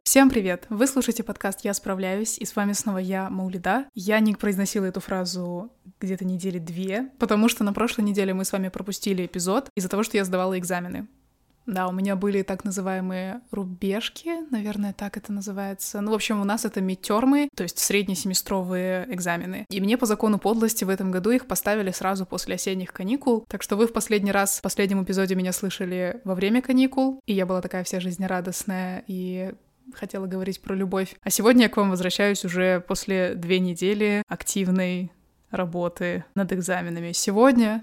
Всем привет! Вы слушаете подкаст «Я справляюсь», и с вами снова я, Маулида. Я не произносила эту фразу где-то недели 2, потому что на прошлой неделе мы с вами пропустили эпизод из-за того, что я сдавала экзамены. Да, у меня были так называемые рубежки, наверное, так это называется. В общем, у нас это мидтермы, то есть среднесеместровые экзамены. И мне по закону подлости в этом году их поставили сразу после осенних каникул. Так что вы в последний раз, в последнем эпизоде меня слышали во время каникул, и я была такая вся жизнерадостная и хотела говорить про любовь. А сегодня я к вам возвращаюсь уже после 2 недели активной работы над экзаменами. Сегодня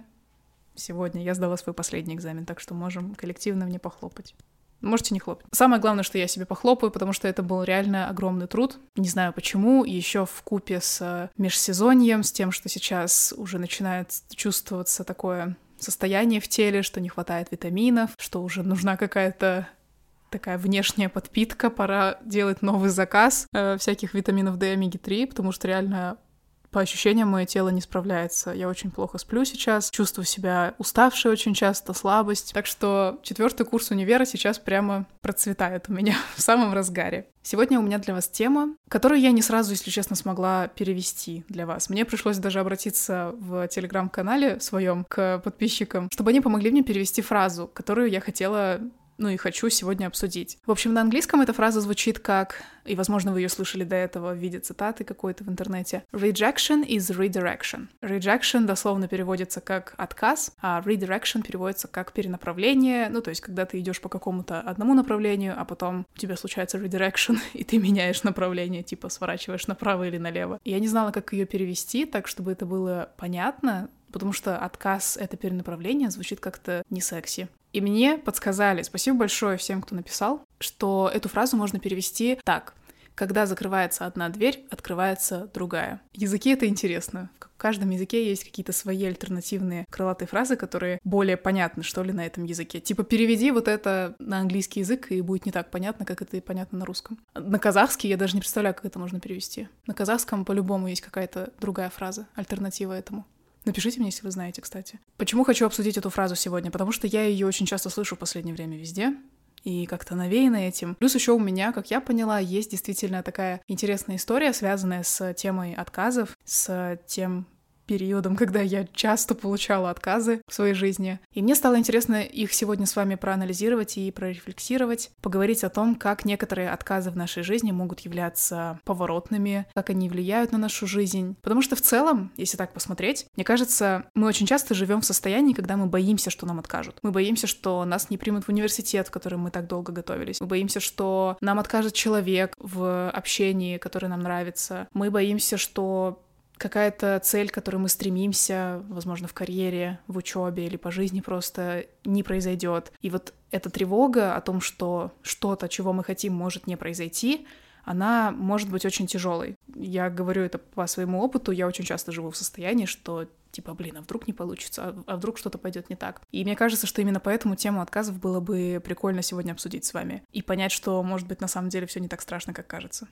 я сдала свой последний экзамен, так что можем коллективно мне похлопать. Можете не хлопать. Самое главное, что я себе похлопаю, потому что это был реально огромный труд. Не знаю почему, еще вкупе с межсезоньем, с тем, что сейчас уже начинает чувствоваться такое состояние в теле, что не хватает витаминов, что уже нужна какая-то такая внешняя подпитка, пора делать новый заказ всяких витаминов D, омеги-3, потому что реально по ощущениям мое тело не справляется. Я очень плохо сплю сейчас, чувствую себя уставшей очень часто, слабость. Так что 4-й курс универа сейчас прямо процветает у меня в самом разгаре. Сегодня у меня для вас тема, которую я не сразу, если честно, смогла перевести для вас. Мне пришлось даже обратиться в телеграм-канале своем к подписчикам, чтобы они помогли мне перевести фразу, которую я хотела и хочу сегодня обсудить. В общем, на английском эта фраза звучит как, и, возможно, вы ее слышали до этого в виде цитаты какой-то в интернете, rejection is redirection. Rejection дословно переводится как отказ, а redirection переводится как перенаправление, то есть когда ты идешь по какому-то одному направлению, а потом у тебя случается redirection, и ты меняешь направление, типа сворачиваешь направо или налево. Я не знала, как ее перевести так, чтобы это было понятно, потому что отказ — это перенаправление, звучит как-то не секси. И мне подсказали, спасибо большое всем, кто написал, что эту фразу можно перевести так. Когда закрывается одна дверь, открывается другая. Языки — это интересно. В каждом языке есть какие-то свои альтернативные крылатые фразы, которые более понятны, что ли, на этом языке. Типа переведи вот это на английский язык, и будет не так понятно, как это понятно на русском. На казахский я даже не представляю, как это можно перевести. На казахском по-любому есть какая-то другая фраза, альтернатива этому. Напишите мне, если вы знаете, кстати. Почему хочу обсудить эту фразу сегодня? Потому что я ее очень часто слышу в последнее время везде, и как-то навеяна этим. Плюс еще у меня, как я поняла, есть действительно такая интересная история, связанная с темой отказов, с тем периодом, когда я часто получала отказы в своей жизни. И мне стало интересно их сегодня с вами проанализировать и прорефлексировать, поговорить о том, как некоторые отказы в нашей жизни могут являться поворотными, как они влияют на нашу жизнь. Потому что в целом, если так посмотреть, мне кажется, мы очень часто живем в состоянии, когда мы боимся, что нам откажут. Мы боимся, что нас не примут в университет, в который мы так долго готовились. Мы боимся, что нам откажет человек в общении, который нам нравится. Мы боимся, что какая-то цель, к которой мы стремимся, возможно, в карьере, в учебе или по жизни просто не произойдет. И вот эта тревога о том, что что-то, чего мы хотим, может не произойти, она может быть очень тяжелой. Я говорю это по своему опыту, я очень часто живу в состоянии, что а вдруг не получится, а вдруг что-то пойдет не так. И мне кажется, что именно поэтому тему отказов было бы прикольно сегодня обсудить с вами и понять, что, может быть, на самом деле все не так страшно, как кажется.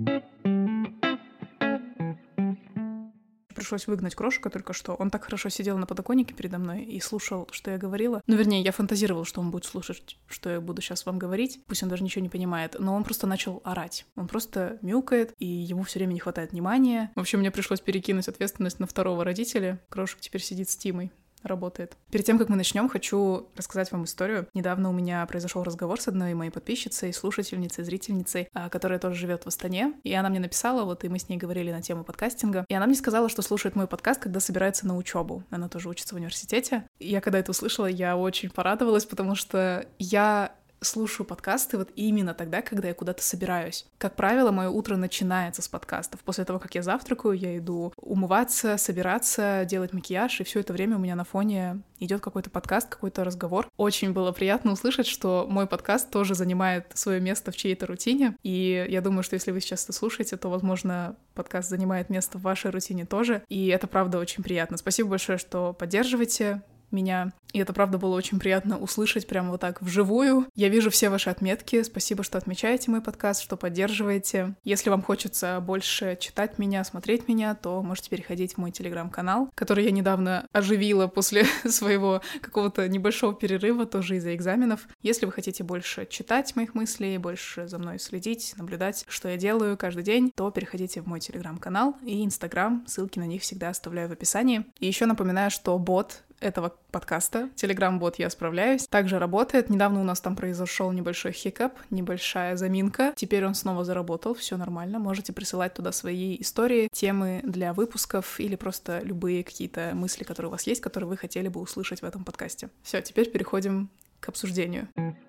Пришлось выгнать Крошика только что. Он так хорошо сидел на подоконнике передо мной и слушал, что я говорила. Вернее, я фантазировала, что он будет слушать, что я буду сейчас вам говорить. Пусть он даже ничего не понимает. Но он просто начал орать. Он просто мяукает, и ему все время не хватает внимания. В общем, мне пришлось перекинуть ответственность на второго родителя. Крошик теперь сидит с Тимой. Работает. Перед тем, как мы начнем, хочу рассказать вам историю. Недавно у меня произошел разговор с одной моей подписчицей, слушательницей, зрительницей, которая тоже живет в Астане. И она мне написала, и мы с ней говорили на тему подкастинга. И она мне сказала, что слушает мой подкаст, когда собирается на учебу. Она тоже учится в университете. И я когда это услышала, я очень порадовалась, потому что я слушаю подкасты именно тогда, когда я куда-то собираюсь. Как правило, мое утро начинается с подкастов. После того, как я завтракаю, я иду умываться, собираться, делать макияж, и все это время у меня на фоне идет какой-то подкаст, какой-то разговор. Очень было приятно услышать, что мой подкаст тоже занимает свое место в чьей-то рутине, и я думаю, что если вы сейчас это слушаете, то, возможно, подкаст занимает место в вашей рутине тоже, и это, правда, очень приятно. Спасибо большое, что поддерживаете. меня. И это, правда, было очень приятно услышать прямо вот так вживую. Я вижу все ваши отметки. Спасибо, что отмечаете мой подкаст, что поддерживаете. Если вам хочется больше читать меня, смотреть меня, то можете переходить в мой телеграм-канал, который я недавно оживила после своего какого-то небольшого перерыва, тоже из-за экзаменов. Если вы хотите больше читать моих мыслей, больше за мной следить, наблюдать, что я делаю каждый день, то переходите в мой телеграм-канал и инстаграм. Ссылки на них всегда оставляю в описании. И еще напоминаю, что бот этого подкаста, Telegram-бот «Я справляюсь», также работает. Недавно у нас там произошел небольшой хикап, небольшая заминка. Теперь он снова заработал, все нормально. Можете присылать туда свои истории, темы для выпусков или просто любые какие-то мысли, которые у вас есть, которые вы хотели бы услышать в этом подкасте. Все, теперь переходим к обсуждению.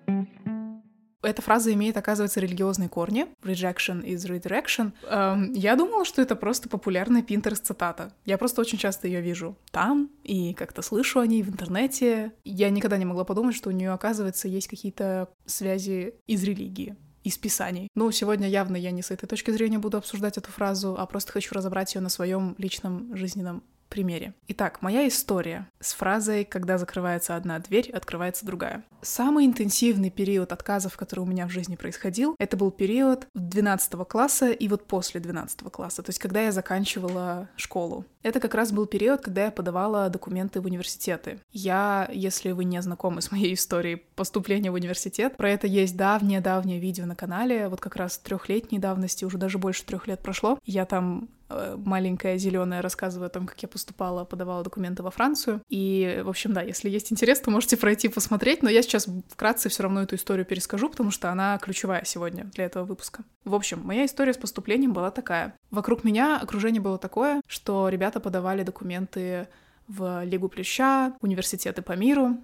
Эта фраза имеет, оказывается, религиозные корни. Rejection is redirection. Я думала, что это просто популярная Pinterest-цитата. Я просто очень часто ее вижу там и как-то слышу о ней в интернете. Я никогда не могла подумать, что у нее, оказывается, есть какие-то связи из религии, из писаний. Ну, сегодня явно я не с этой точки зрения буду обсуждать эту фразу, а просто хочу разобрать ее на своем личном жизненном примере. Итак, моя история с фразой «когда закрывается одна дверь, открывается другая». Самый интенсивный период отказов, который у меня в жизни происходил, это был период 12 класса и вот после 12 класса, то есть когда я заканчивала школу. Это как раз был период, когда я подавала документы в университеты. Если вы не знакомы с моей историей поступления в университет, про это есть давнее-давнее видео на канале, вот как раз 3-летней давности, уже даже больше 3 лет прошло. Я там маленькая зеленая рассказываю о том, как я поступала, подавала документы во Францию. И, в общем, да, если есть интерес, то можете пройти посмотреть, но я сейчас вкратце все равно эту историю перескажу, потому что она ключевая сегодня для этого выпуска. В общем, моя история с поступлением была такая. Вокруг меня окружение было такое, что ребята подавали документы в Лигу Плюща, университеты по миру.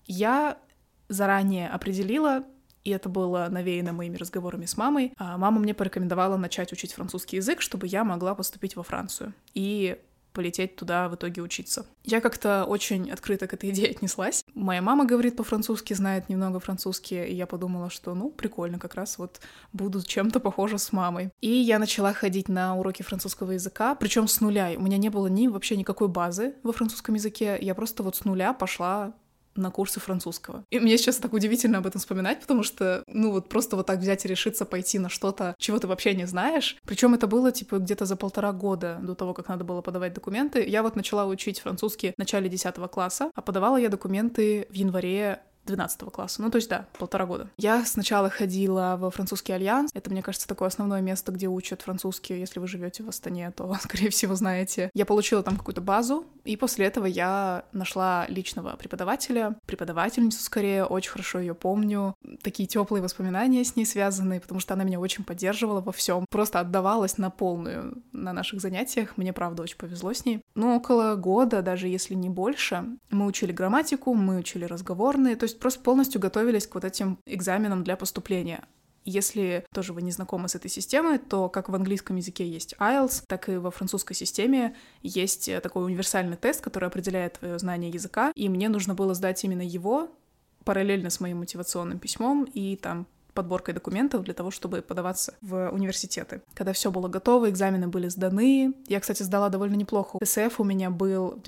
Я заранее определила, и это было навеяно моими разговорами с мамой. Мама мне порекомендовала начать учить французский язык, чтобы я могла поступить во Францию и полететь туда в итоге учиться. Я как-то очень открыто к этой идее отнеслась. Моя мама говорит по-французски, знает немного французский, и я подумала, что, прикольно, как раз вот буду чем-то похожа с мамой. И я начала ходить на уроки французского языка, причем с нуля. У меня не было вообще никакой базы во французском языке. Я просто вот с нуля пошла на курсы французского. И мне сейчас так удивительно об этом вспоминать, потому что, просто вот так взять и решиться пойти на что-то, чего ты вообще не знаешь. Причем это было, где-то за 1,5 года до того, как надо было подавать документы. Я вот начала учить французский в начале 10 класса, а подавала я документы в январе 12 класса. 1,5 года. Я сначала ходила во французский альянс. Это, мне кажется, такое основное место, где учат французский. Если вы живете в Астане, то, скорее всего, знаете. Я получила там какую-то базу, и после этого я нашла личного преподавательницу, скорее, очень хорошо ее помню. Такие теплые воспоминания с ней связаны, потому что она меня очень поддерживала во всем. Просто отдавалась на полную на наших занятиях. Мне, правда, очень повезло с ней. Около года, даже если не больше, мы учили грамматику, мы учили разговорные, то есть просто полностью готовились к вот этим экзаменам для поступления. Если тоже вы не знакомы с этой системой, то как в английском языке есть IELTS, так и во французской системе есть такой универсальный тест, который определяет твое знание языка, и мне нужно было сдать именно его параллельно с моим мотивационным письмом и там подборкой документов для того, чтобы подаваться в университеты. Когда все было готово, экзамены были сданы. Я, кстати, сдала довольно неплохо. ПСФ у меня был в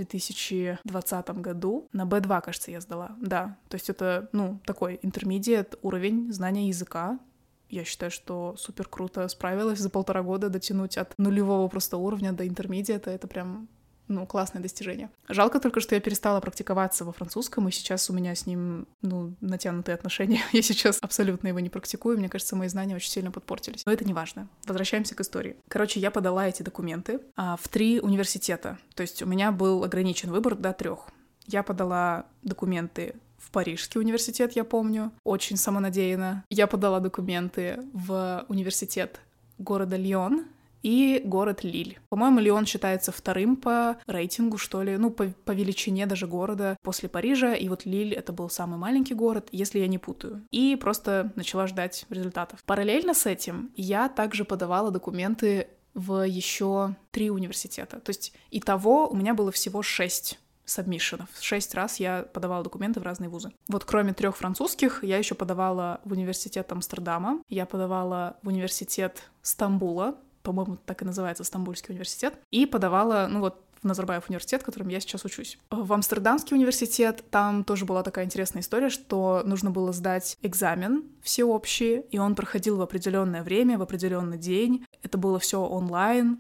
2020 году. На B2, кажется, я сдала. Да, то есть это, такой интермедиат уровень знания языка. Я считаю, что супер круто справилась за 1,5 года дотянуть от нулевого просто уровня до интермедиата. Это прям классное достижение. Жалко только, что я перестала практиковаться во французском, и сейчас у меня с ним, натянутые отношения. Я сейчас абсолютно его не практикую, мне кажется, мои знания очень сильно подпортились. Но это не важно. Возвращаемся к истории. Короче, я подала эти документы в 3 университета. То есть у меня был ограничен выбор до 3. Я подала документы в Парижский университет, я помню, очень самонадеянно. Я подала документы в университет города Лион и город Лиль. По-моему, Лион считается 2-м по рейтингу, что ли, по величине даже города после Парижа, и вот Лиль — это был самый маленький город, если я не путаю. И просто начала ждать результатов. Параллельно с этим я также подавала документы в еще 3 университета. То есть итого у меня было всего 6 сабмишенов. 6 раз я подавала документы в разные вузы. Вот кроме 3 французских, я еще подавала в университет Амстердама, я подавала в университет Стамбула, по-моему, так и называется Стамбульский университет, и подавала, в Назарбаев университет, в котором я сейчас учусь. В Амстердамский университет там тоже была такая интересная история, что нужно было сдать экзамен всеобщий, и он проходил в определенное время, в определенный день. Это было все онлайн.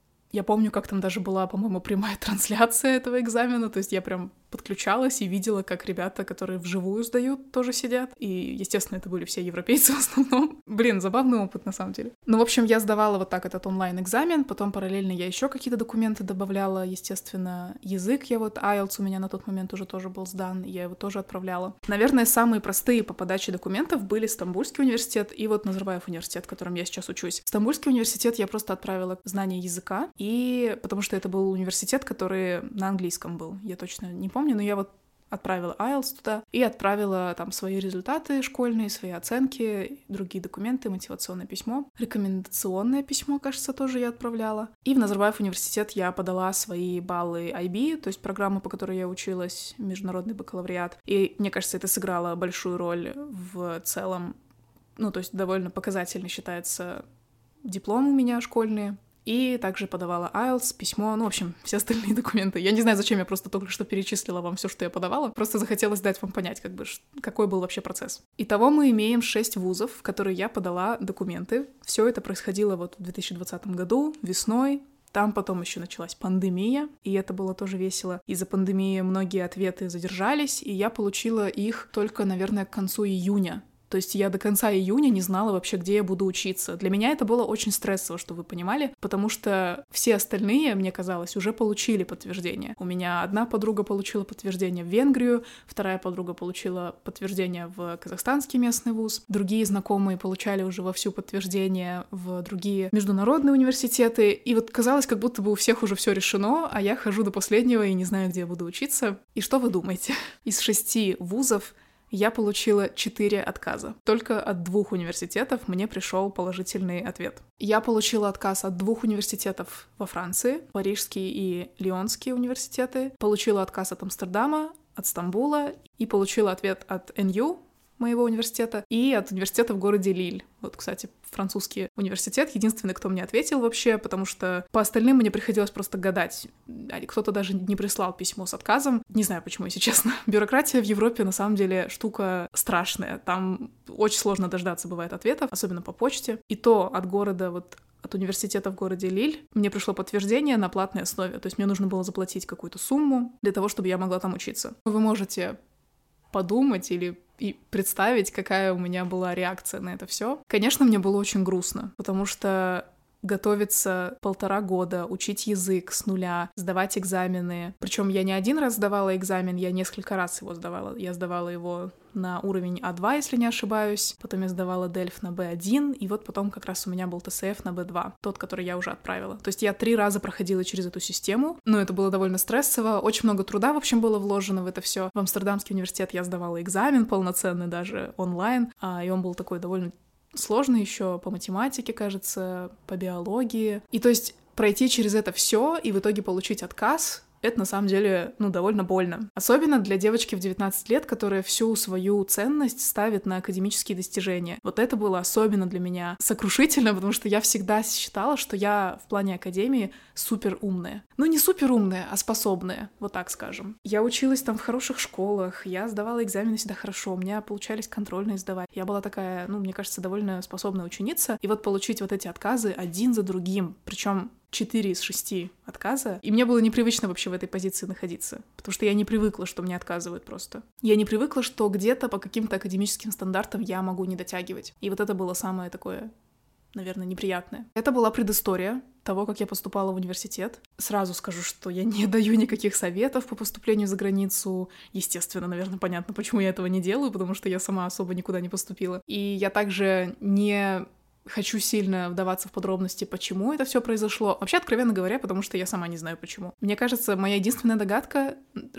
Я помню, как там даже была, по-моему, прямая трансляция этого экзамена, то есть я прям подключалась и видела, как ребята, которые вживую сдают, тоже сидят. И, естественно, это были все европейцы в основном. Блин, забавный опыт, на самом деле. Ну, в общем, я сдавала вот так этот онлайн-экзамен, потом параллельно я еще какие-то документы добавляла, естественно, язык я вот, IELTS у меня на тот момент уже тоже был сдан, я его тоже отправляла. Наверное, самые простые по подаче документов были Стамбульский университет и вот Назарбаев университет, в котором я сейчас учусь. Стамбульский университет я просто отправила знание языка, и потому что это был университет, который на английском был, я точно не помню, но я вот отправила IELTS туда и отправила там свои результаты школьные, свои оценки, другие документы, мотивационное письмо, рекомендационное письмо, кажется, тоже я отправляла. И в Назарбаев университет я подала свои баллы IB, то есть программу, по которой я училась, международный бакалавриат. И мне кажется, это сыграло большую роль в целом, ну, то есть довольно показательно считается диплом у меня школьный. И также подавала IELTS, письмо, ну, в общем, все остальные документы. Я не знаю, зачем я просто только что перечислила вам все, что я подавала. Просто захотелось дать вам понять, как бы, какой был вообще процесс. Итого мы имеем 6 вузов, в которые я подала документы. Все это происходило вот в 2020 году, весной. Там потом еще началась пандемия, и это было тоже весело. Из-за пандемии многие ответы задержались, и я получила их только, наверное, к концу июня. То есть я до конца июня не знала вообще, где я буду учиться. Для меня это было очень стрессово, чтобы вы понимали, потому что все остальные, мне казалось, уже получили подтверждение. У меня одна подруга получила подтверждение в Венгрию, вторая подруга получила подтверждение в казахстанский местный вуз, другие знакомые получали уже вовсю подтверждение в другие международные университеты, и вот казалось, как будто бы у всех уже все решено, а я хожу до последнего и не знаю, где я буду учиться. И что вы думаете? Из 6 вузов я получила 4 отказа. Только от 2 университетов мне пришел положительный ответ. Я получила отказ от 2 университетов во Франции, Парижский и Лионский университеты, получила отказ от Амстердама, от Стамбула и получила ответ от НЮ, моего университета, и от университета в городе Лиль. Вот, кстати, французский университет, единственный, кто мне ответил вообще, потому что по остальным мне приходилось просто гадать. Кто-то даже не прислал письмо с отказом. Не знаю, почему, если честно. Бюрократия в Европе, на самом деле, штука страшная. Там очень сложно дождаться, бывает, ответов, особенно по почте. И то от города, вот от университета в городе Лиль мне пришло подтверждение на платной основе. То есть мне нужно было заплатить какую-то сумму для того, чтобы я могла там учиться. Вы можете подумать или и представить, какая у меня была реакция на это все. Конечно, мне было очень грустно, потому что готовиться 1,5 года, учить язык с нуля, сдавать экзамены. Причем я не один раз сдавала экзамен, я несколько раз его сдавала. Я сдавала его на уровень А2, если не ошибаюсь. Потом я сдавала DELF на B1, и вот потом как раз у меня был ТСФ на B2, тот, который я уже отправила. То есть я 3 раза проходила через эту систему, но это было довольно стрессово, очень много труда, в общем, было вложено в это все. В Амстердамский университет я сдавала экзамен полноценный, даже онлайн, и он был такой довольно сложный еще по математике, кажется, по биологии. И то есть пройти через это все и в итоге получить отказ, это на самом деле, довольно больно. Особенно для девочки в 19 лет, которая всю свою ценность ставит на академические достижения. Вот это было особенно для меня сокрушительно, потому что я всегда считала, что я в плане академии супер умная. Не супер умная, а способная, вот так скажем. Я училась там в хороших школах, я сдавала экзамены всегда хорошо, у меня получались контрольные сдавать. Я была такая, мне кажется, довольно способная ученица. И вот получить вот эти отказы один за другим, причем 4 из 6 отказа. И мне было непривычно вообще в этой позиции находиться, потому что я не привыкла, что мне отказывают просто. Я не привыкла, что где-то по каким-то академическим стандартам я могу не дотягивать. И вот это было самое такое, наверное, неприятное. Это была предыстория того, как я поступала в университет. Сразу скажу, что я не даю никаких советов по поступлению за границу. Естественно, наверное, понятно, почему я этого не делаю, потому что я сама особо никуда не поступила. И я также не хочу сильно вдаваться в подробности, почему это все произошло. Вообще, откровенно говоря, потому что я сама не знаю, почему. Мне кажется, моя единственная догадка,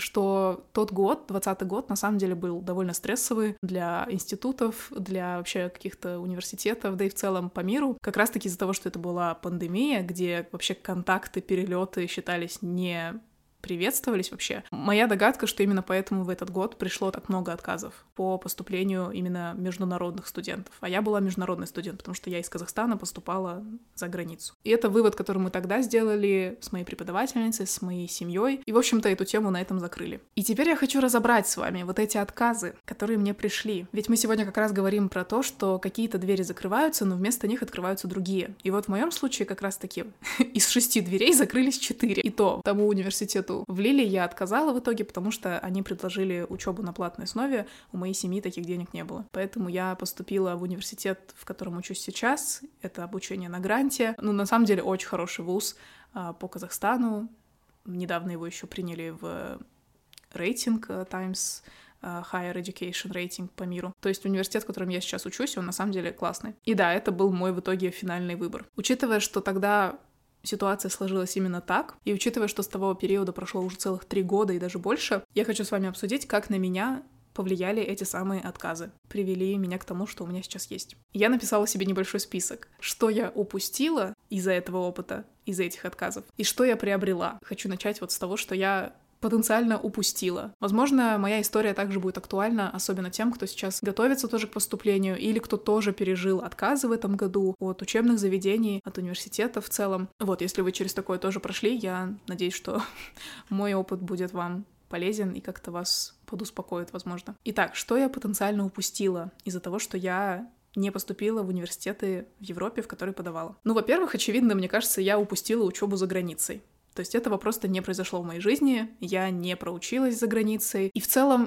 что тот год, 2020 год, на самом деле был довольно стрессовый для институтов, для вообще каких-то университетов, да и в целом по миру. Как раз-таки из-за того, что это была пандемия, где вообще контакты, перелеты считались не приветствовались вообще. Моя догадка, что именно поэтому в этот год пришло так много отказов по поступлению именно международных студентов. А я была международный студент, потому что я из Казахстана поступала за границу. И это вывод, который мы тогда сделали с моей преподавательницей, с моей семьей. И, в общем-то, эту тему на этом закрыли. И теперь я хочу разобрать с вами вот эти отказы, которые мне пришли. Ведь мы сегодня как раз говорим про то, что какие-то двери закрываются, но вместо них открываются другие. И вот в моем случае как раз-таки из 6 дверей закрылись 4. И то тому университету в Лиле я отказала в итоге, потому что они предложили учебу на платной основе, у моей семьи таких денег не было. Поэтому я поступила в университет, в котором учусь сейчас, это обучение на гранте. Ну, на самом деле, очень хороший вуз по Казахстану. Недавно его еще приняли в рейтинг Times Higher Education рейтинг по миру. То есть университет, в котором я сейчас учусь, он на самом деле классный. И да, это был мой в итоге финальный выбор. Учитывая, что тогда ситуация сложилась именно так, и учитывая, что с того периода прошло уже целых 3 года и даже больше, я хочу с вами обсудить, как на меня повлияли эти самые отказы, привели меня к тому, что у меня сейчас есть. Я написала себе небольшой список, что я упустила из-за этого опыта, из-за этих отказов, и что я приобрела. Хочу начать вот с того, что я потенциально упустила. Возможно, моя история также будет актуальна, особенно тем, кто сейчас готовится тоже к поступлению или кто тоже пережил отказы в этом году от учебных заведений, от университета в целом. Вот, если вы через такое тоже прошли, я надеюсь, что мой опыт будет вам полезен и как-то вас подуспокоит, возможно. Итак, что я потенциально упустила из-за того, что я не поступила в университеты в Европе, в которые подавала? Ну, во-первых, очевидно, мне кажется, я упустила учебу за границей. То есть этого просто не произошло в моей жизни, я не проучилась за границей, и в целом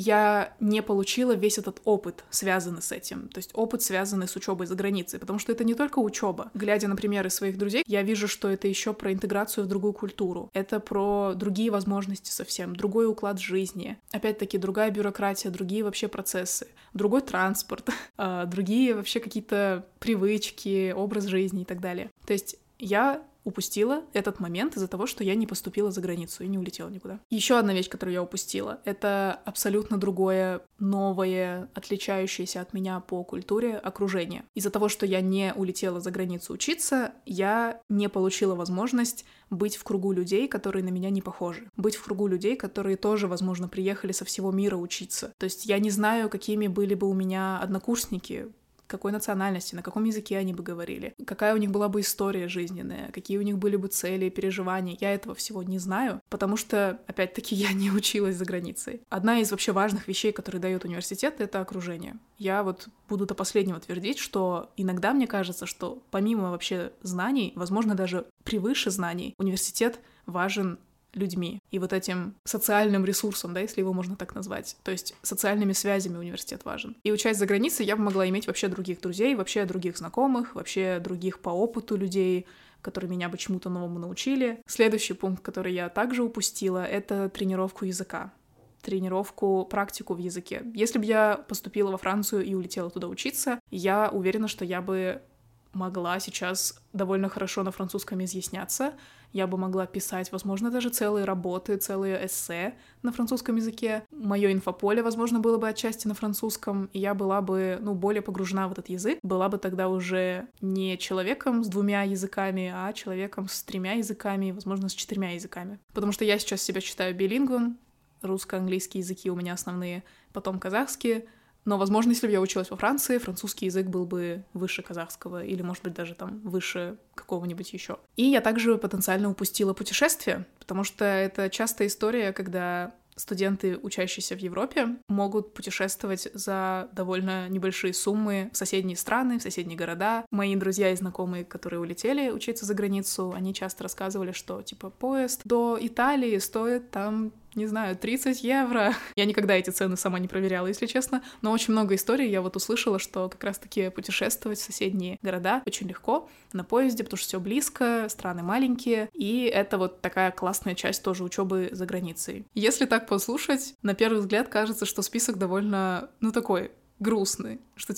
я не получила весь этот опыт, связанный с этим, то есть опыт, связанный с учебой за границей, потому что это не только учеба. Глядя на примеры своих друзей, я вижу, что это еще про интеграцию в другую культуру, это про другие возможности совсем, другой уклад жизни, опять-таки другая бюрократия, другие вообще процессы, другой транспорт, другие вообще какие-то привычки, образ жизни и так далее. То есть я упустила этот момент из-за того, что я не поступила за границу и не улетела никуда. Еще одна вещь, которую я упустила, это абсолютно другое, новое, отличающееся от меня по культуре окружение. Из-за того, что я не улетела за границу учиться, я не получила возможность быть в кругу людей, которые на меня не похожи. Быть в кругу людей, которые тоже, возможно, приехали со всего мира учиться. То есть я не знаю, какими были бы у меня однокурсники, какой национальности, на каком языке они бы говорили, какая у них была бы история жизненная, какие у них были бы цели, переживания. Я этого всего не знаю, потому что, опять-таки, я не училась за границей. Одна из вообще важных вещей, которые дает университет, это окружение. Я вот буду до последнего твердить, что иногда мне кажется, что помимо вообще знаний, возможно, даже превыше знаний, университет важен людьми и вот этим социальным ресурсом, да, если его можно так назвать. То есть социальными связями университет важен. И учась за границей, я бы могла иметь вообще других друзей, вообще других знакомых, вообще других по опыту людей, которые меня бы чему-то новому научили. Следующий пункт, который я также упустила, это тренировку языка. Практику в языке. Если бы я поступила во Францию и улетела туда учиться, я уверена, что я бы могла сейчас довольно хорошо на французском изъясняться, я бы могла писать, возможно, даже целые работы, целые эссе на французском языке. Мое инфополе, возможно, было бы отчасти на французском, и я была бы, более погружена в этот язык, была бы тогда уже не человеком с 2 языками, а человеком с 3 языками, возможно, с 4 языками. Потому что я сейчас себя считаю билингвом, русско-английский языки у меня основные, потом казахские. Но, возможно, если бы я училась во Франции, французский язык был бы выше казахского или, может быть, даже там выше какого-нибудь еще. И я также потенциально упустила путешествие, потому что это частая история, когда студенты, учащиеся в Европе, могут путешествовать за довольно небольшие суммы в соседние страны, в соседние города. Мои друзья и знакомые, которые улетели учиться за границу, они часто рассказывали, что, поезд до Италии стоит там, не знаю, 30 евро. Я никогда эти цены сама не проверяла, если честно, но очень много историй я вот услышала, что как раз-таки путешествовать в соседние города очень легко на поезде, потому что все близко, страны маленькие, и это вот такая классная часть тоже учебы за границей. Если так послушать, на первый взгляд кажется, что список довольно, такой грустный, что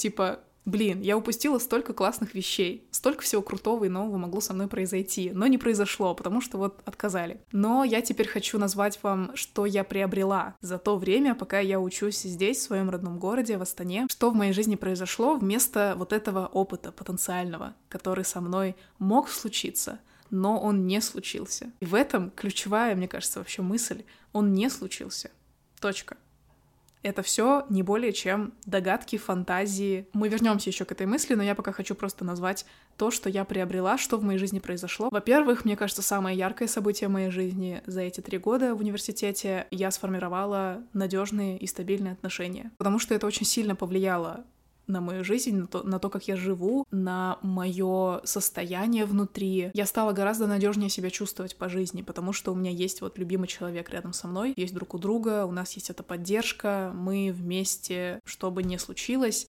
я упустила столько классных вещей, столько всего крутого и нового могло со мной произойти, но не произошло, потому что вот отказали. Но я теперь хочу назвать вам, что я приобрела за то время, пока я учусь здесь, в своем родном городе, в Астане, что в моей жизни произошло вместо вот этого опыта потенциального, который со мной мог случиться, но он не случился. И в этом ключевая, мне кажется, вообще мысль. Он не случился. Точка. Это все не более чем догадки, фантазии. Мы вернемся еще к этой мысли, но я пока хочу просто назвать то, что я приобрела, что в моей жизни произошло. Во-первых, мне кажется, самое яркое событие моей жизни за эти 3 года в университете — я сформировала надежные и стабильные отношения. Потому что это очень сильно повлияло на мою жизнь, на то, как я живу, на мое состояние внутри. Я стала гораздо надежнее себя чувствовать по жизни, потому что у меня есть вот любимый человек рядом со мной, есть друг у друга, у нас есть эта поддержка, мы вместе, что бы ни случилось.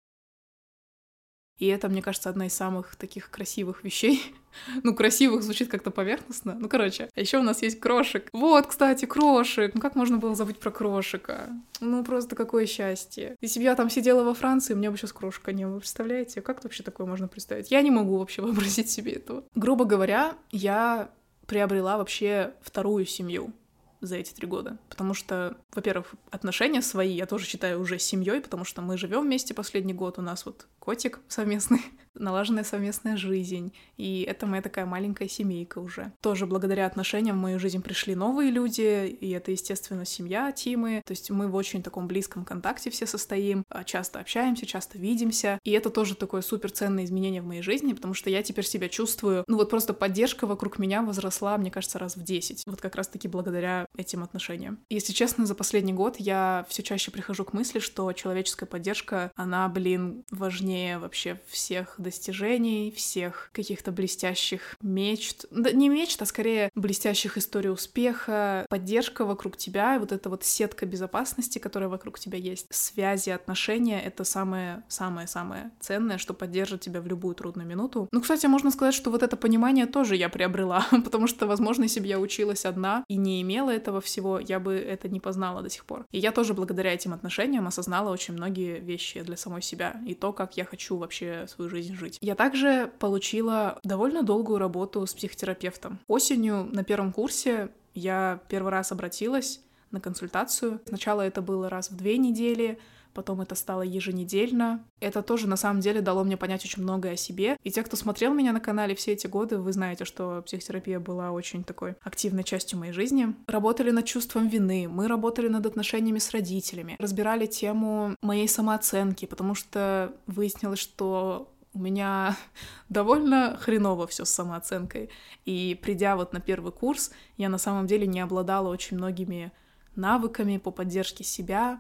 И это, мне кажется, одна из самых таких красивых вещей. Ну, красивых звучит как-то поверхностно. Ну, короче, а еще у нас есть крошек. Вот, кстати, крошек. Ну, как можно было забыть про крошика? Ну, просто какое счастье. Если бы я там сидела во Франции, у меня бы сейчас крошка не было. Представляете? Как вообще такое можно представить? Я не могу вообще вообразить себе этого. Грубо говоря, я приобрела вообще вторую семью за эти 3 года. Потому что, во-первых, отношения свои я тоже считаю уже семьей, потому что мы живем вместе последний год, у нас вот котик совместный, налаженная совместная жизнь, и это моя такая маленькая семейка уже. Тоже благодаря отношениям в мою жизнь пришли новые люди, и это, естественно, семья Тимы, то есть мы в очень таком близком контакте все состоим, часто общаемся, часто видимся, и это тоже такое суперценное изменение в моей жизни, потому что я теперь себя чувствую, ну вот просто поддержка вокруг меня возросла, мне кажется, раз в 10, вот как раз-таки благодаря этим отношениям. Если честно, за последний год я все чаще прихожу к мысли, что человеческая поддержка, она, важнее вообще всех достижений, всех каких-то блестящих мечт. Да, не мечт, а скорее блестящих историй успеха, поддержка вокруг тебя, вот эта вот сетка безопасности, которая вокруг тебя есть, связи, отношения — это самое-самое-самое ценное, что поддержит тебя в любую трудную минуту. Ну, кстати, можно сказать, что вот это понимание тоже я приобрела, потому что, возможно, если бы я училась одна и не имела этого всего, я бы это не познала до сих пор. И я тоже благодаря этим отношениям осознала очень многие вещи для самой себя и то, как я хочу вообще свою жизнь жить. Я также получила довольно долгую работу с психотерапевтом. Осенью на 1 курсе я первый раз обратилась на консультацию. Сначала это было раз в 2 недели, потом это стало еженедельно. Это тоже, на самом деле, дало мне понять очень многое о себе. И те, кто смотрел меня на канале все эти годы, вы знаете, что психотерапия была очень такой активной частью моей жизни. Работали над чувством вины, мы работали над отношениями с родителями, разбирали тему моей самооценки, потому что выяснилось, что у меня довольно хреново все с самооценкой. И придя вот на 1 курс, я на самом деле не обладала очень многими навыками по поддержке себя.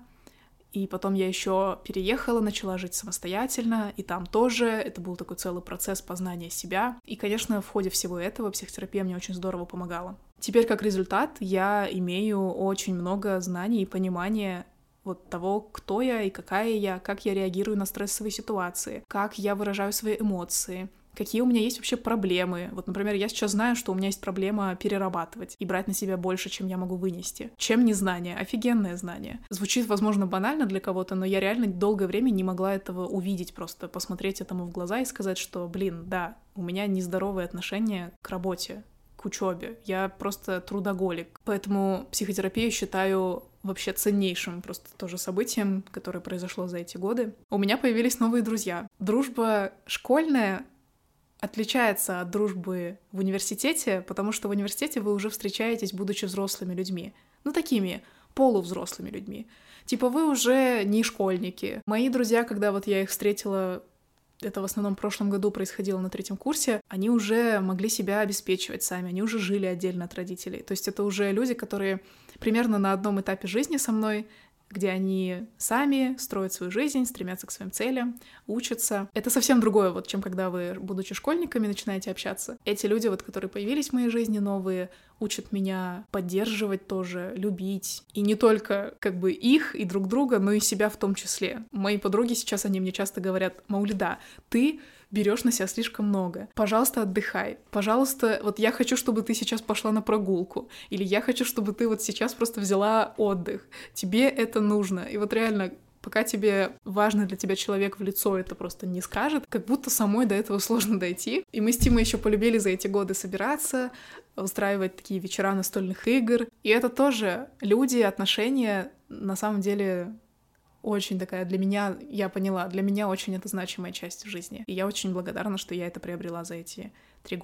И потом я еще переехала, начала жить самостоятельно, и там тоже это был такой целый процесс познания себя. И, конечно, в ходе всего этого психотерапия мне очень здорово помогала. Теперь, как результат, я имею очень много знаний и понимания вот того, кто я и какая я, как я реагирую на стрессовые ситуации, как я выражаю свои эмоции, какие у меня есть вообще проблемы. Вот, например, я сейчас знаю, что у меня есть проблема перерабатывать и брать на себя больше, чем я могу вынести. Чем незнание? Офигенное знание. Звучит, возможно, банально для кого-то, но я реально долгое время не могла этого увидеть, просто посмотреть этому в глаза и сказать, что, да, у меня нездоровое отношение к работе, к учебе. Я просто трудоголик. Поэтому психотерапию считаю вообще ценнейшим просто тоже событием, которое произошло за эти годы. У меня появились новые друзья. Дружба школьная отличается от дружбы в университете, потому что в университете вы уже встречаетесь, будучи взрослыми людьми. Ну, такими полувзрослыми людьми. Типа вы уже не школьники. Мои друзья, когда вот я их встретила, это в основном в прошлом году происходило на 3 курсе, они уже могли себя обеспечивать сами, они уже жили отдельно от родителей. То есть это уже люди, которые примерно на одном этапе жизни со мной, где они сами строят свою жизнь, стремятся к своим целям, учатся. Это совсем другое, вот, чем когда вы, будучи школьниками, начинаете общаться. Эти люди, вот, которые появились в моей жизни, новые, учат меня поддерживать тоже, любить. И не только, их и друг друга, но и себя в том числе. Мои подруги сейчас, они мне часто говорят: «Маулида, ты берешь на себя слишком много. Пожалуйста, отдыхай. Пожалуйста, вот я хочу, чтобы ты сейчас пошла на прогулку. Или я хочу, чтобы ты вот сейчас просто взяла отдых. Тебе это нужно». И вот реально, пока тебе важный для тебя человек в лицо это просто не скажет, как будто самой до этого сложно дойти. И мы с Тимой еще полюбили за эти годы собираться, устраивать такие вечера настольных игр. И это тоже люди, отношения, на самом деле, очень такая для меня, я поняла, для меня очень это значимая часть в жизни. И я очень благодарна, что я это приобрела за эти 3 года.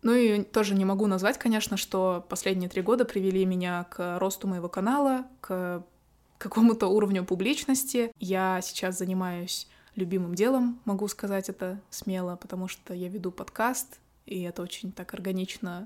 Ну и тоже не могу назвать, конечно, что последние 3 года привели меня к росту моего канала, к какому-то уровню публичности. Я сейчас занимаюсь любимым делом, могу сказать это смело, потому что я веду подкаст, и это очень так органично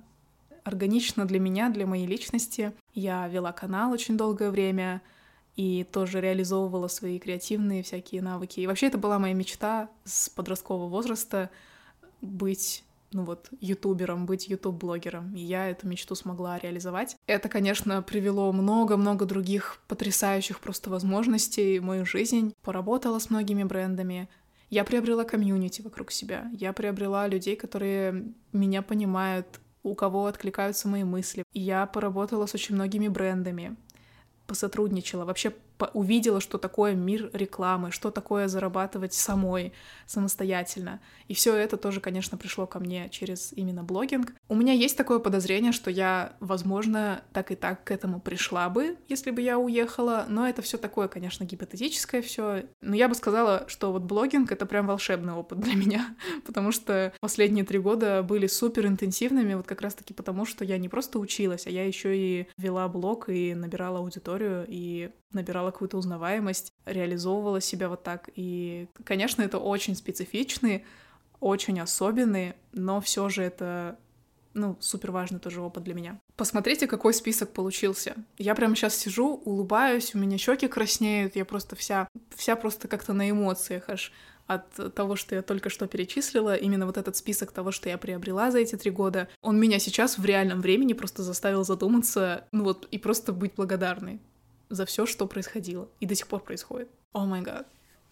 для меня, для моей личности. Я вела канал очень долгое время и тоже реализовывала свои креативные всякие навыки. И вообще это была моя мечта с подросткового возраста быть ютубером, быть ютуб-блогером. И я эту мечту смогла реализовать. Это, конечно, привело много-много других потрясающих просто возможностей в мою жизнь. Поработала с многими брендами. Я приобрела комьюнити вокруг себя. Я приобрела людей, которые меня понимают, у кого откликаются мои мысли. Я поработала с очень многими брендами, посотрудничала, вообще увидела, что такое мир рекламы, что такое зарабатывать самостоятельно. И все это тоже, конечно, пришло ко мне через именно блогинг. У меня есть такое подозрение, что я, возможно, так и так к этому пришла бы, если бы я уехала, но это все такое, конечно, гипотетическое все. Но я бы сказала, что вот блогинг — это прям волшебный опыт для меня, потому что последние 3 года были супер интенсивными, вот как раз-таки потому, что я не просто училась, а я еще и вела блог и набирала аудиторию, и набирала какую-то узнаваемость, реализовывала себя вот так. И, конечно, это очень специфичный, очень особенный, но все же это, супер важный тоже опыт для меня. Посмотрите, какой список получился. Я прямо сейчас сижу, улыбаюсь, у меня щеки краснеют, я просто вся просто как-то на эмоциях аж от того, что я только что перечислила. Именно вот этот список того, что я приобрела за эти 3 года, он меня сейчас в реальном времени просто заставил задуматься, и просто быть благодарной за все, что происходило и до сих пор происходит. О май гад.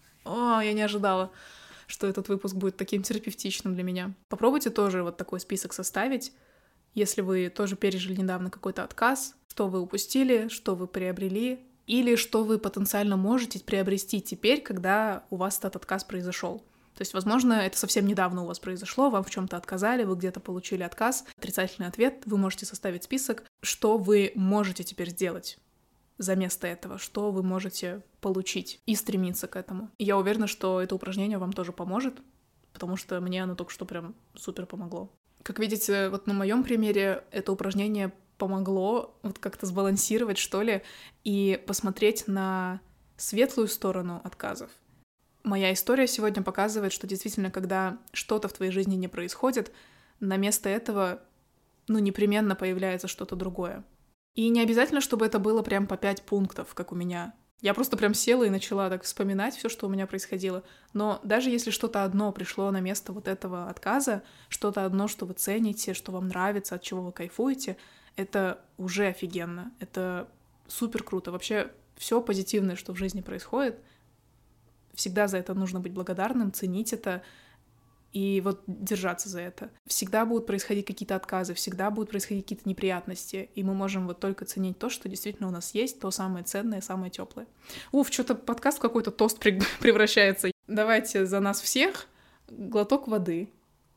Я не ожидала, что этот выпуск будет таким терапевтичным для меня. Попробуйте тоже вот такой список составить, если вы тоже пережили недавно какой-то отказ, что вы упустили, что вы приобрели, или что вы потенциально можете приобрести теперь, когда у вас этот отказ произошел. То есть, возможно, это совсем недавно у вас произошло, вам в чем-то отказали, вы где-то получили отказ, отрицательный ответ, вы можете составить список, что вы можете теперь сделать за место этого, что вы можете получить и стремиться к этому. И я уверена, что это упражнение вам тоже поможет, потому что мне оно только что прям супер помогло. Как видите, вот на моем примере это упражнение помогло вот как-то сбалансировать, что ли, и посмотреть на светлую сторону отказов. Моя история сегодня показывает, что действительно, когда что-то в твоей жизни не происходит, на место этого, непременно появляется что-то другое. И не обязательно, чтобы это было прям по 5 пунктов, как у меня. Я просто прям села и начала так вспоминать все, что у меня происходило. Но даже если что-то одно пришло на место вот этого отказа, что-то одно, что вы цените, что вам нравится, от чего вы кайфуете, это уже офигенно. Это супер круто. Вообще все позитивное, что в жизни происходит, всегда за это нужно быть благодарным, ценить это и вот держаться за это. Всегда будут происходить какие-то отказы, всегда будут происходить какие-то неприятности, и мы можем вот только ценить то, что действительно у нас есть, то самое ценное, самое теплое. Что-то подкаст в какой-то тост превращается. Давайте за нас всех глоток воды.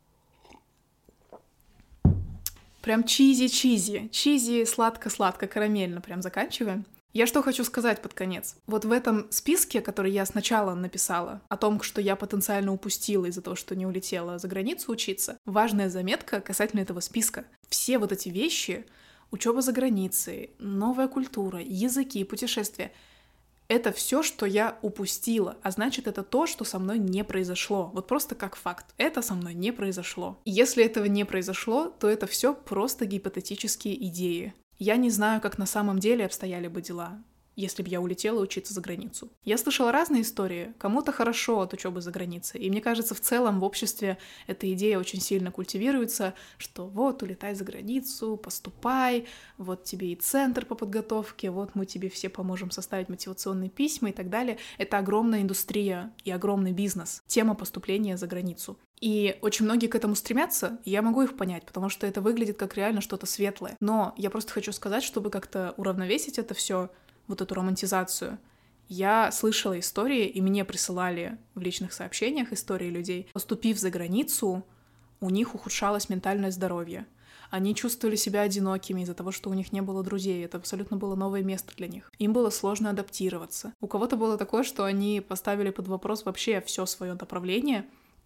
Прям чизи, сладко-сладко, карамельно прям заканчиваем. Я что хочу сказать под конец. Вот в этом списке, который я сначала написала, о том, что я потенциально упустила из-за того, что не улетела за границу учиться, важная заметка касательно этого списка. Все вот эти вещи, учеба за границей, новая культура, языки, путешествия, это все, что я упустила, а значит, это то, что со мной не произошло. Вот просто как факт. Это со мной не произошло. И если этого не произошло, то это все просто гипотетические идеи. Я не знаю, как на самом деле обстояли бы дела, если бы я улетела учиться за границу. Я слышала разные истории. Кому-то хорошо от учебы за границей. И мне кажется, в целом в обществе эта идея очень сильно культивируется, что вот, улетай за границу, поступай, вот тебе и центр по подготовке, вот мы тебе все поможем составить мотивационные письма и так далее. Это огромная индустрия и огромный бизнес. Тема поступления за границу. И очень многие к этому стремятся, и я могу их понять, потому что это выглядит как реально что-то светлое. Но я просто хочу сказать, чтобы как-то уравновесить это все, вот эту романтизацию. Я слышала истории, и мне присылали в личных сообщениях истории людей. Поступив за границу, у них ухудшалось ментальное здоровье. Они чувствовали себя одинокими из-за того, что у них не было друзей. Это абсолютно было новое место для них. Им было сложно адаптироваться. У кого-то было такое, что они поставили под вопрос вообще все свое направление,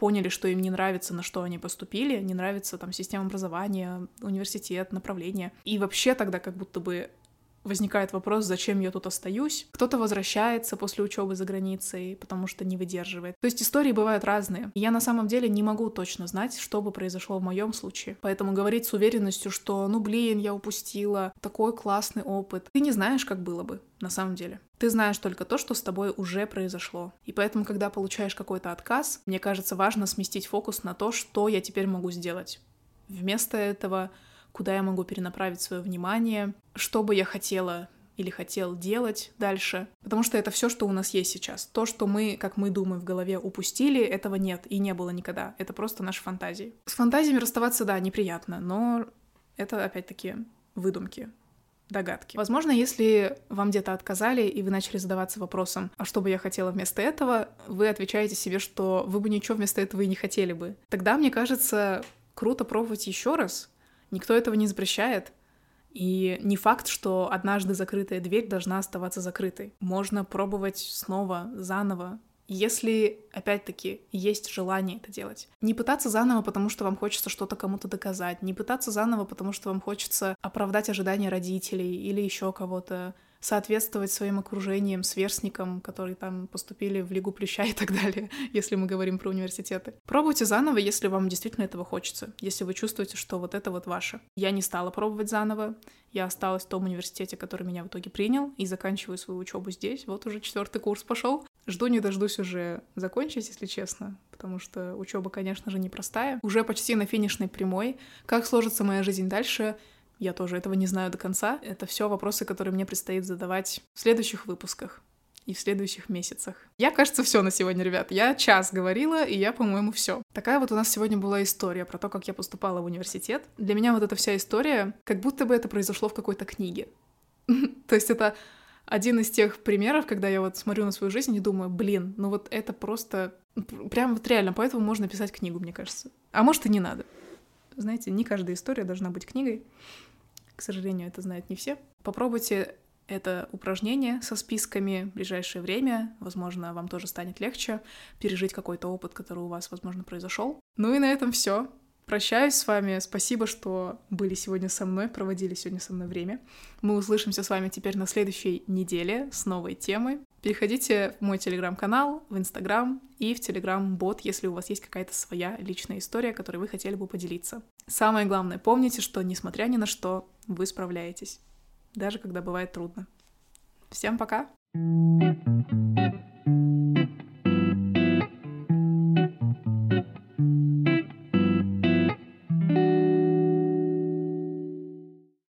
поняли, что им не нравится, на что они поступили, не нравится там система образования, университет, направление. И вообще тогда как будто бы возникает вопрос, зачем я тут остаюсь. Кто-то возвращается после учебы за границей, потому что не выдерживает. То есть истории бывают разные. И я на самом деле не могу точно знать, что бы произошло в моем случае. Поэтому говорить с уверенностью, что, я упустила такой классный опыт. Ты не знаешь, как было бы на самом деле. Ты знаешь только то, что с тобой уже произошло. И поэтому, когда получаешь какой-то отказ, мне кажется, важно сместить фокус на то, что я теперь могу сделать. Вместо этого куда я могу перенаправить свое внимание, что бы я хотела или хотел делать дальше. Потому что это все, что у нас есть сейчас. То, что мы, как мы думаем в голове, упустили, этого нет и не было никогда. Это просто наши фантазии. С фантазиями расставаться, да, неприятно, но это, опять-таки, выдумки, догадки. Возможно, если вам где-то отказали, и вы начали задаваться вопросом, а что бы я хотела вместо этого, вы отвечаете себе, что вы бы ничего вместо этого и не хотели бы. Тогда, мне кажется, круто пробовать еще раз. Никто этого не запрещает. И не факт, что однажды закрытая дверь должна оставаться закрытой. Можно пробовать снова, заново, если, опять-таки, есть желание это делать. Не пытаться заново, потому что вам хочется что-то кому-то доказать. Не пытаться заново, потому что вам хочется оправдать ожидания родителей или еще кого-то, соответствовать своим окружением, сверстникам, которые там поступили в Лигу Плюща и так далее, если мы говорим про университеты. Пробуйте заново, если вам действительно этого хочется, если вы чувствуете, что вот это вот ваше. Я не стала пробовать заново, я осталась в том университете, который меня в итоге принял, и заканчиваю свою учебу здесь. Вот уже 4-й курс пошел. Жду не дождусь уже закончить, если честно, потому что учеба, конечно же, непростая. Уже почти на финишной прямой. Как сложится моя жизнь дальше, я тоже этого не знаю до конца. Это все вопросы, которые мне предстоит задавать в следующих выпусках и в следующих месяцах. Я, кажется, все на сегодня, ребят. Я час говорила, и я, по-моему, все. Такая вот у нас сегодня была история про то, как я поступала в университет. Для меня вот эта вся история, как будто бы это произошло в какой-то книге. То есть это один из тех примеров, когда я вот смотрю на свою жизнь и думаю, ну вот это просто... Прям вот реально, поэтому можно писать книгу, мне кажется. А может, и не надо. Знаете, не каждая история должна быть книгой. К сожалению, это знают не все. Попробуйте это упражнение со списками в ближайшее время. Возможно, вам тоже станет легче пережить какой-то опыт, который у вас, возможно, произошел. Ну и на этом все. Прощаюсь с вами. Спасибо, что были сегодня со мной, проводили сегодня со мной время. Мы услышимся с вами теперь на следующей неделе с новой темой. Переходите в мой телеграм-канал, в инстаграм и в телеграм-бот, если у вас есть какая-то своя личная история, которой вы хотели бы поделиться. Самое главное, помните, что, несмотря ни на что, вы справляетесь, даже когда бывает трудно. Всем пока!